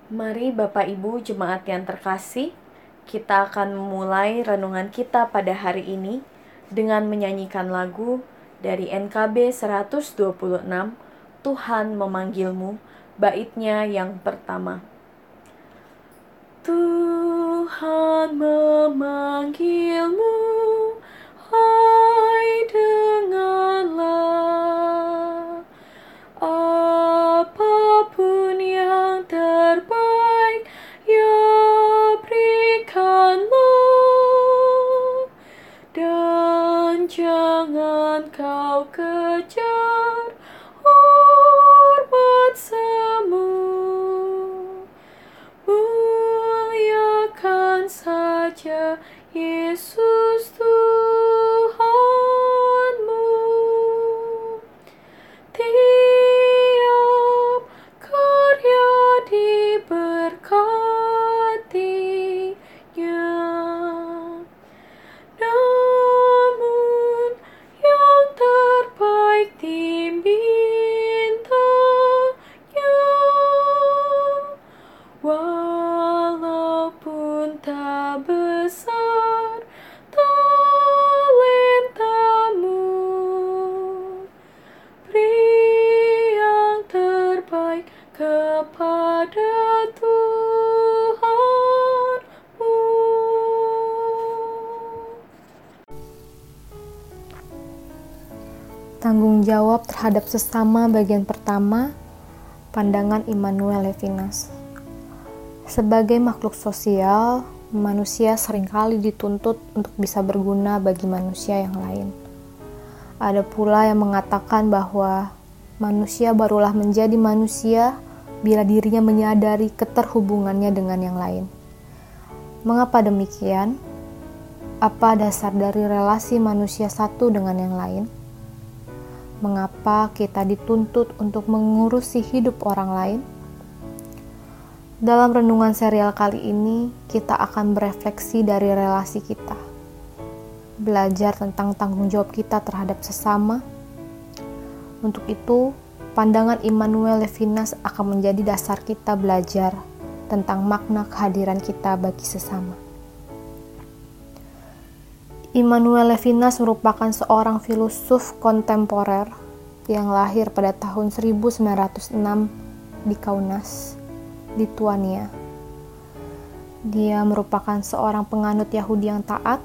Mari Bapak Ibu jemaat yang terkasih, kita akan memulai renungan kita pada hari ini dengan menyanyikan lagu dari NKB 126, Tuhan Memanggilmu, baitnya yang pertama. Tuhan memanggilmu, hai dengarlah. Apapun yang terbaik, ya berikanlah. Dan jangan kau kejar hormat semu. Muliakan saja Yesus Tuhanmu. Tiap karya diberkatinya, namun yang terbaik dimintanya. Walaupun tak besar talentamu, beri yang terbaik kepada Tuhanmu. Tanggung jawab terhadap sesama bagian pertama, pandangan Immanuel Levinas. Sebagai makhluk sosial, manusia seringkali dituntut untuk bisa berguna bagi manusia yang lain. Ada pula yang mengatakan bahwa manusia barulah menjadi manusia bila dirinya menyadari keterhubungannya dengan yang lain. Mengapa demikian? Apa dasar dari relasi manusia satu dengan yang lain? Mengapa kita dituntut untuk mengurusi hidup orang lain? Dalam renungan serial kali ini, kita akan berefleksi dari relasi kita. Belajar tentang tanggung jawab kita terhadap sesama. Untuk itu, pandangan Immanuel Levinas akan menjadi dasar kita belajar tentang makna kehadiran kita bagi sesama. Immanuel Levinas merupakan seorang filosof kontemporer yang lahir pada tahun 1906 di Kaunas, Lituania. Dia merupakan seorang penganut Yahudi yang taat.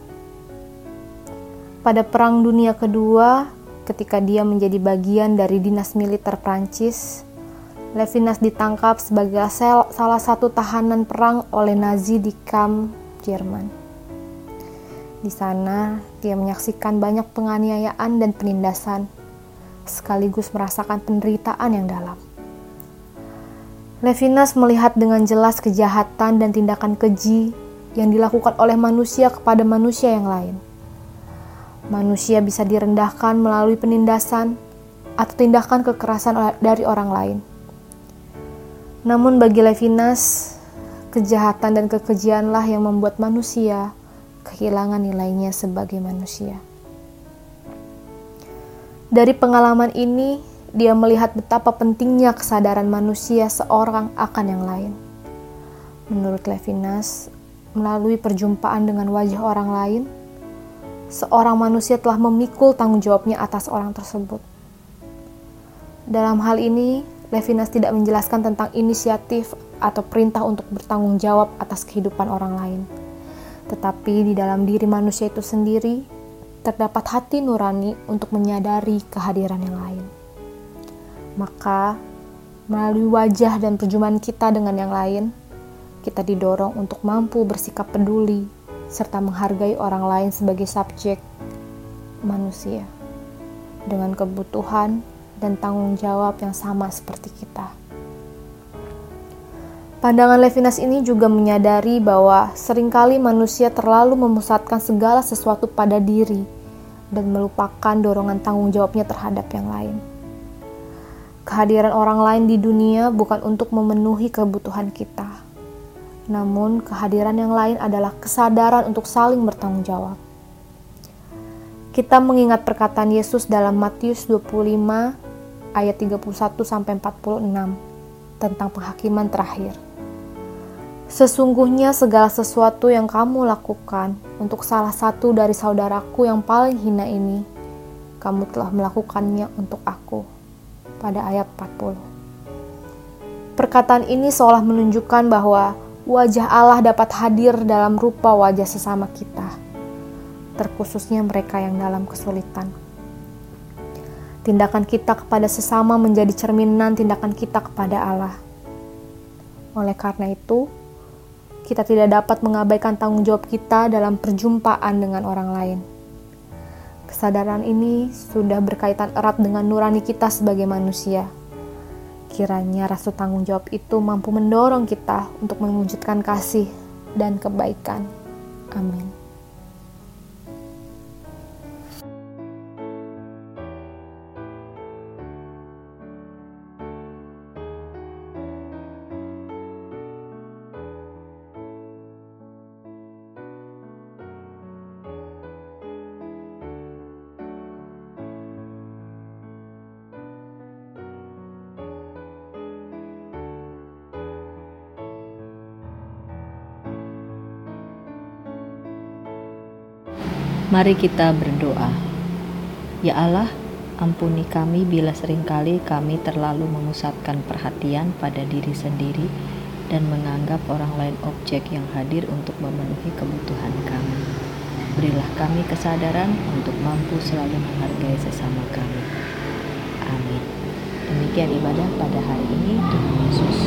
Pada Perang Dunia Kedua, ketika dia menjadi bagian dari dinas militer Prancis, Levinas ditangkap sebagai salah satu tahanan perang oleh Nazi di kamp Jerman. Di sana, dia menyaksikan banyak penganiayaan dan penindasan, sekaligus merasakan penderitaan yang dalam. Levinas melihat dengan jelas kejahatan dan tindakan keji yang dilakukan oleh manusia kepada manusia yang lain. Manusia bisa direndahkan melalui penindasan atau tindakan kekerasan dari orang lain. Namun bagi Levinas, kejahatan dan kekejianlah yang membuat manusia kehilangan nilainya sebagai manusia. Dari pengalaman ini, dia melihat betapa pentingnya kesadaran manusia seorang akan yang lain. Menurut Levinas, melalui perjumpaan dengan wajah orang lain, seorang manusia telah memikul tanggung jawabnya atas orang tersebut. Dalam hal ini, Levinas tidak menjelaskan tentang inisiatif atau perintah untuk bertanggung jawab atas kehidupan orang lain. Tetapi di dalam diri manusia itu sendiri, terdapat hati nurani untuk menyadari kehadiran yang lain. Maka, melalui wajah dan perjumpaan kita dengan yang lain, kita didorong untuk mampu bersikap peduli serta menghargai orang lain sebagai subjek manusia dengan kebutuhan dan tanggung jawab yang sama seperti kita. Pandangan Levinas ini juga menyadari bahwa seringkali manusia terlalu memusatkan segala sesuatu pada diri dan melupakan dorongan tanggung jawabnya terhadap yang lain. Kehadiran orang lain di dunia bukan untuk memenuhi kebutuhan kita. Namun, kehadiran yang lain adalah kesadaran untuk saling bertanggung jawab. Kita mengingat perkataan Yesus dalam Matius 25 ayat 31-46 tentang penghakiman terakhir. Sesungguhnya segala sesuatu yang kamu lakukan untuk salah satu dari saudaraku yang paling hina ini, kamu telah melakukannya untuk aku. Pada ayat 40. Perkataan ini seolah menunjukkan bahwa wajah Allah dapat hadir dalam rupa wajah sesama kita, terkhususnya mereka yang dalam kesulitan. Tindakan kita kepada sesama menjadi cerminan tindakan kita kepada Allah. Oleh karena itu, kita tidak dapat mengabaikan tanggung jawab kita dalam perjumpaan dengan orang lain. Kesadaran ini sudah berkaitan erat dengan nurani kita sebagai manusia. Kiranya rasa tanggung jawab itu mampu mendorong kita untuk mewujudkan kasih dan kebaikan. Amin. Mari kita berdoa. Ya Allah, ampuni kami bila seringkali kami terlalu memusatkan perhatian pada diri sendiri dan menganggap orang lain objek yang hadir untuk memenuhi kebutuhan kami. Berilah kami kesadaran untuk mampu selalu menghargai sesama kami. Amin. Demikian ibadah pada hari ini. Tuhan Yesus